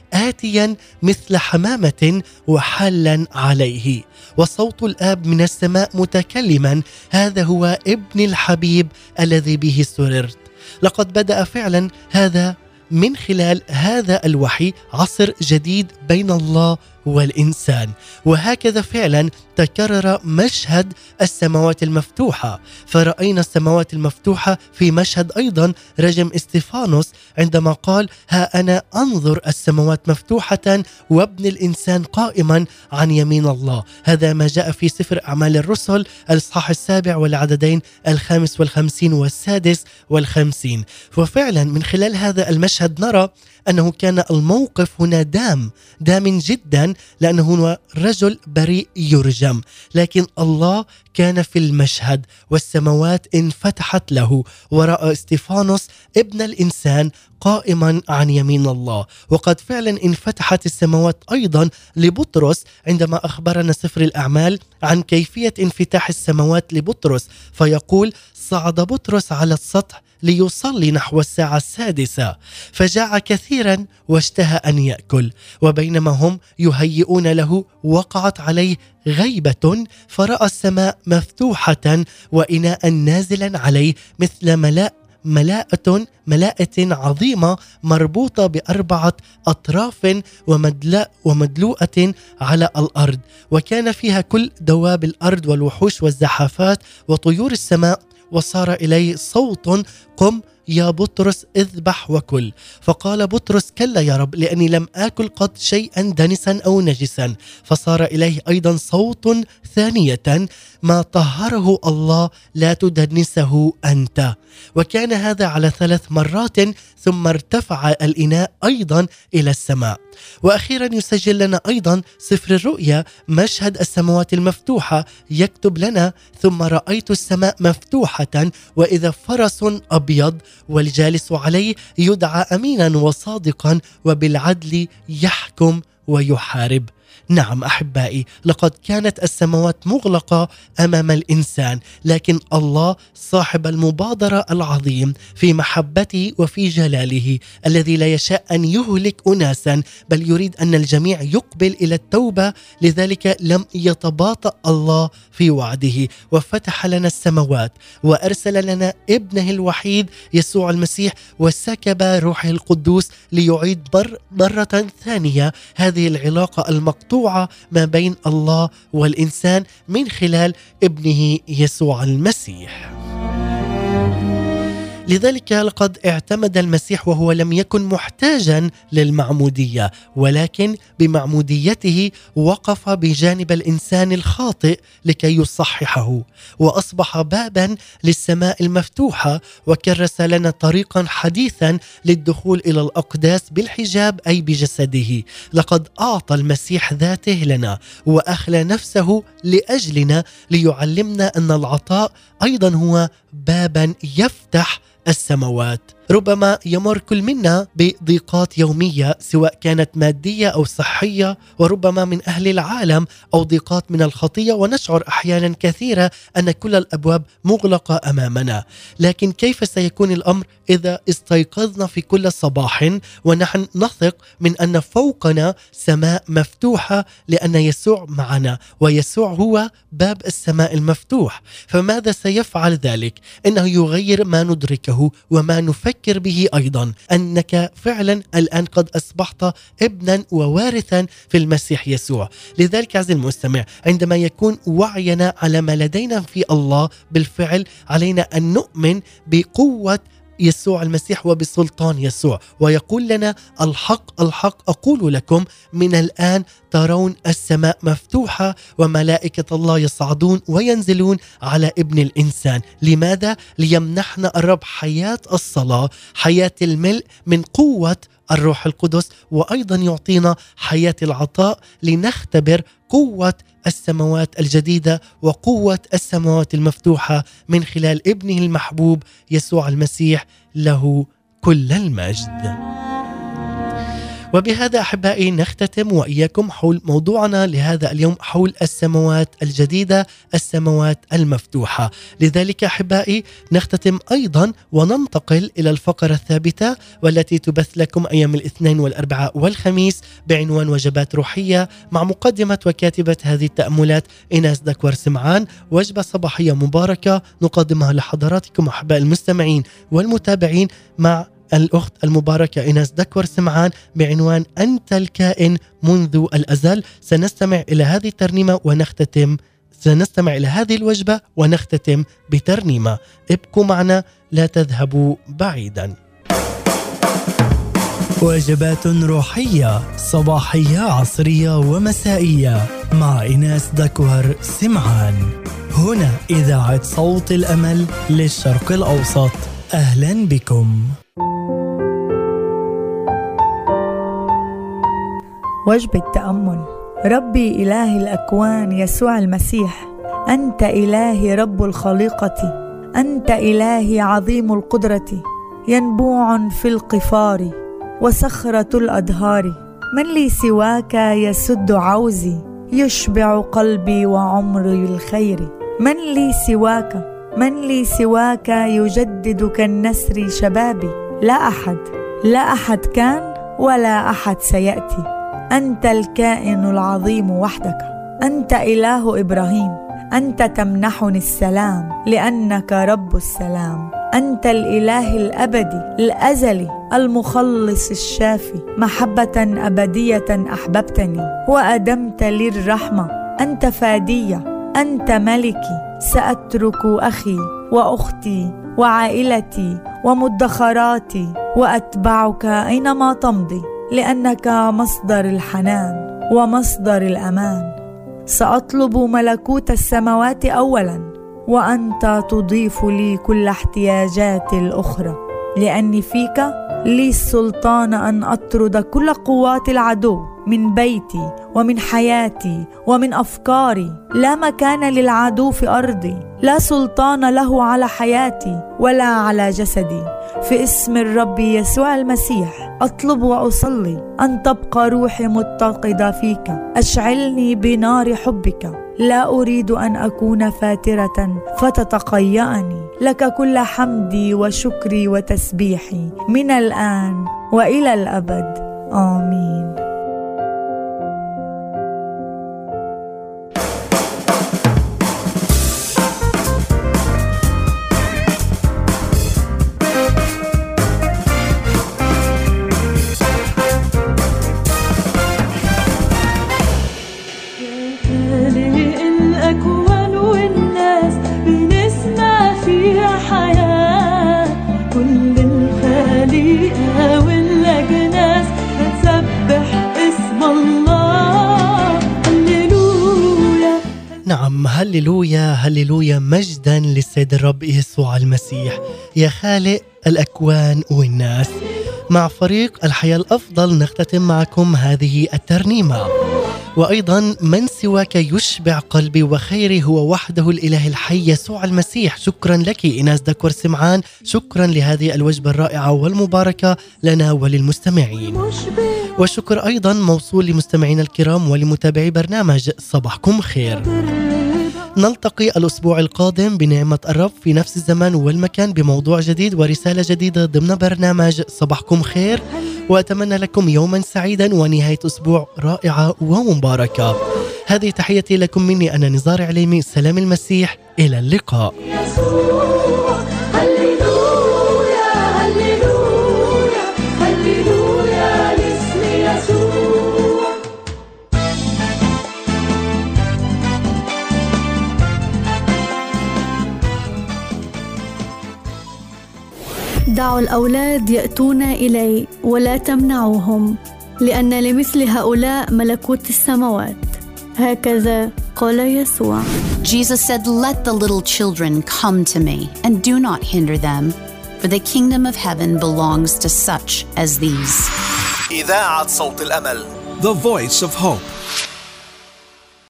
آتيا مثل حمامة وحالا عليه، وصوت الآب من السماء متكلما: هذا هو ابن الحبيب الذي به سررت. لقد بدأ فعلا هذا من خلال هذا الوحي عصر جديد بين الله والإنسان، وهكذا فعلا تكرر مشهد السماوات المفتوحة. فرأينا السماوات المفتوحة في مشهد أيضا رجم استفانوس عندما قال: ها أنا أنظر السماوات مفتوحة وابن الإنسان قائما عن يمين الله. هذا ما جاء في سفر أعمال الرسل الإصحاح السابع والعددين الخامس والخمسين والسادس والخمسين. وفعلا من خلال هذا المشهد نرى أنه كان الموقف هنا دام دام جدا، لأنه هو رجل بريء يرجم، لكن الله كان في المشهد والسماوات انفتحت له، ورأى استفانوس ابن الإنسان قائما عن يمين الله. وقد فعلا انفتحت السماوات أيضا لبطرس عندما أخبرنا سفر الأعمال عن كيفية انفتاح السماوات لبطرس، فيقول: صعد بطرس على السطح ليصلي نحو الساعة السادسة، فجاع كثيرا واشتهى أن يأكل، وبينما هم يهيئون له وقعت عليه غيبة، فرأى السماء مفتوحة وإناء نازلا عليه مثل ملاء ملاءة ملاءة عظيمة مربوطة بأربعة أطراف ومدلأ ومدلوءة على الأرض، وكان فيها كل دواب الأرض والوحوش والزحافات وطيور السماء. وصار إليه صوت: قم يا بطرس اذبح وكل. فقال بطرس: كلا يا رب، لأني لم آكل قط شيئا دنسا أو نجسا. فصار إليه أيضا صوت ثانية: ما طهره الله لا تدنسه أنت. وكان هذا على ثلاث مرات، ثم ارتفع الإناء أيضا إلى السماء. وأخيرا يسجل لنا أيضا سفر الرؤيا مشهد السماوات المفتوحة، يكتب لنا: ثم رأيت السماء مفتوحة وإذا فرس أبيض والجالس عليه يدعى أمينا وصادقا وبالعدل يحكم ويحارب. نعم أحبائي، لقد كانت السماوات مغلقة أمام الإنسان، لكن الله صاحب المبادرة العظيم في محبته وفي جلاله الذي لا يشاء أن يهلك أناسا، بل يريد أن الجميع يقبل إلى التوبة. لذلك لم يتباطأ الله في وعده، وفتح لنا السماوات وأرسل لنا ابنه الوحيد يسوع المسيح، وسكب روحه القدوس ليعيد بر مرة ثانية هذه العلاقة المقطوعة ما بين الله والإنسان من خلال ابنه يسوع المسيح. لذلك لقد اعتمد المسيح وهو لم يكن محتاجا للمعمودية، ولكن بمعموديته وقف بجانب الإنسان الخاطئ لكي يصححه، وأصبح بابا للسماء المفتوحة، وكرس لنا طريقا حديثا للدخول إلى الأقداس بالحجاب أي بجسده. لقد أعطى المسيح ذاته لنا وأخلى نفسه لأجلنا ليعلمنا أن العطاء أيضا هو بابا يفتح السماوات. ربما يمر كل منا بضيقات يومية سواء كانت مادية أو صحية، وربما من أهل العالم، أو ضيقات من الخطية، ونشعر أحيانا كثيرة أن كل الأبواب مغلقة أمامنا. لكن كيف سيكون الأمر إذا استيقظنا في كل صباح ونحن نثق من أن فوقنا سماء مفتوحة، لأن يسوع معنا، ويسوع هو باب السماء المفتوح؟ فماذا سيفعل ذلك؟ إنه يغير ما ندركه وما نفكر به أيضا، أنك فعلا الآن قد أصبحت ابنا ووارثا في المسيح يسوع. لذلك عزيزي المستمع، عندما يكون وعينا على ما لدينا في الله، بالفعل علينا أن نؤمن بقوة يسوع المسيح وبسلطان يسوع، ويقول لنا: الحق الحق أقول لكم من الآن ترون السماء مفتوحة وملائكة الله يصعدون وينزلون على ابن الإنسان. لماذا؟ ليمنحنا الرب حياة الصلاة، حياة الملء من قوة الروح القدس، وأيضا يعطينا حياة العطاء لنختبر قوة السماوات الجديدة وقوة السماوات المفتوحة من خلال ابنه المحبوب يسوع المسيح، له كل المجد. وبهذا أحبائي نختتم وإياكم حول موضوعنا لهذا اليوم حول السماوات الجديدة، السماوات المفتوحة. لذلك أحبائي نختتم أيضا وننتقل إلى الفقرة الثابتة والتي تبث لكم أيام الاثنين والأربعاء والخميس بعنوان وجبات روحية، مع مقدمة وكاتبة هذه التأملات إيناس دكور سمعان. وجبة صباحية مباركة نقدمها لحضراتكم أحباء المستمعين والمتابعين مع الأخت المباركة إيناس دكور سمعان بعنوان أنت الكائن منذ الأزل. سنستمع إلى هذه الترنيمة ونختتم سنستمع إلى هذه الوجبة ونختتم بترنيمة. ابقوا معنا، لا تذهبوا بعيدا. وجبات روحية صباحية عصرية ومسائية مع إيناس دكور سمعان، هنا إذاعة صوت الأمل للشرق الأوسط. أهلا بكم. وجبة تأمل. ربي إله الأكوان يسوع المسيح، أنت إلهي رب الخليقة، أنت إلهي عظيم القدرة، ينبوع في القفار وصخرة الأدهار. من لي سواك يسد عوزي، يشبع قلبي وعمري الخير. من لي سواك من لي سواك يجدد كالنسر شبابي. لا أحد لا أحد كان ولا أحد سيأتي، أنت الكائن العظيم وحدك. أنت إله إبراهيم، أنت تمنحني السلام لأنك رب السلام. أنت الإله الأبدي الأزلي المخلص الشافي، محبة أبدية أحببتني وأدمت لي الرحمة. أنت فادية، أنت ملكي، سأترك أخي وأختي وعائلتي ومدخراتي وأتبعك أينما تمضي، لأنك مصدر الحنان ومصدر الأمان. سأطلب ملكوت السماوات أولا، وأنت تضيف لي كل احتياجاتي الأخرى، لأني فيك لي السلطان أن أطرد كل قوات العدو من بيتي ومن حياتي ومن أفكاري. لا مكان للعدو في أرضي، لا سلطان له على حياتي ولا على جسدي. في اسم الرب يسوع المسيح أطلب وأصلي أن تبقى روحي متقدة فيك، أشعلني بنار حبك. لا أريد أن أكون فاترة فتتقيأني. لك كل حمدي وشكري وتسبيحي من الآن وإلى الأبد، آمين. نعم، هللويا هللويا، مجدا للسيد الرب يسوع المسيح يا خالق الأكوان والناس. مع فريق الحياة الأفضل نختتم معكم هذه الترنيمة. وأيضا من سواك يشبع قلبي وخيري هو وحده الإله الحي يسوع المسيح. شكرا لك إيناس دكور سمعان، شكرا لهذه الوجبة الرائعة والمباركة لنا وللمستمعين. والشكر أيضا موصول لمستمعين الكرام ولمتابعي برنامج صباحكم خير. نلتقي الأسبوع القادم بنعمة الرب في نفس الزمان والمكان بموضوع جديد ورسالة جديدة ضمن برنامج صباحكم خير. وأتمنى لكم يوما سعيدا ونهاية أسبوع رائعة ومباركة. هذه تحياتي لكم مني أنا نزار عليمي. سلام المسيح، إلى اللقاء. دعوا الأولاد يأتون إلي ولا تمنعوهم، لأن لمثل هؤلاء ملكوت السماوات. هكذا قال يسوع. Jesus said, "Let the little children come to me, and do not hinder them, for the kingdom of heaven belongs to such as these." إذاعة صوت الأمل, The Voice of Hope.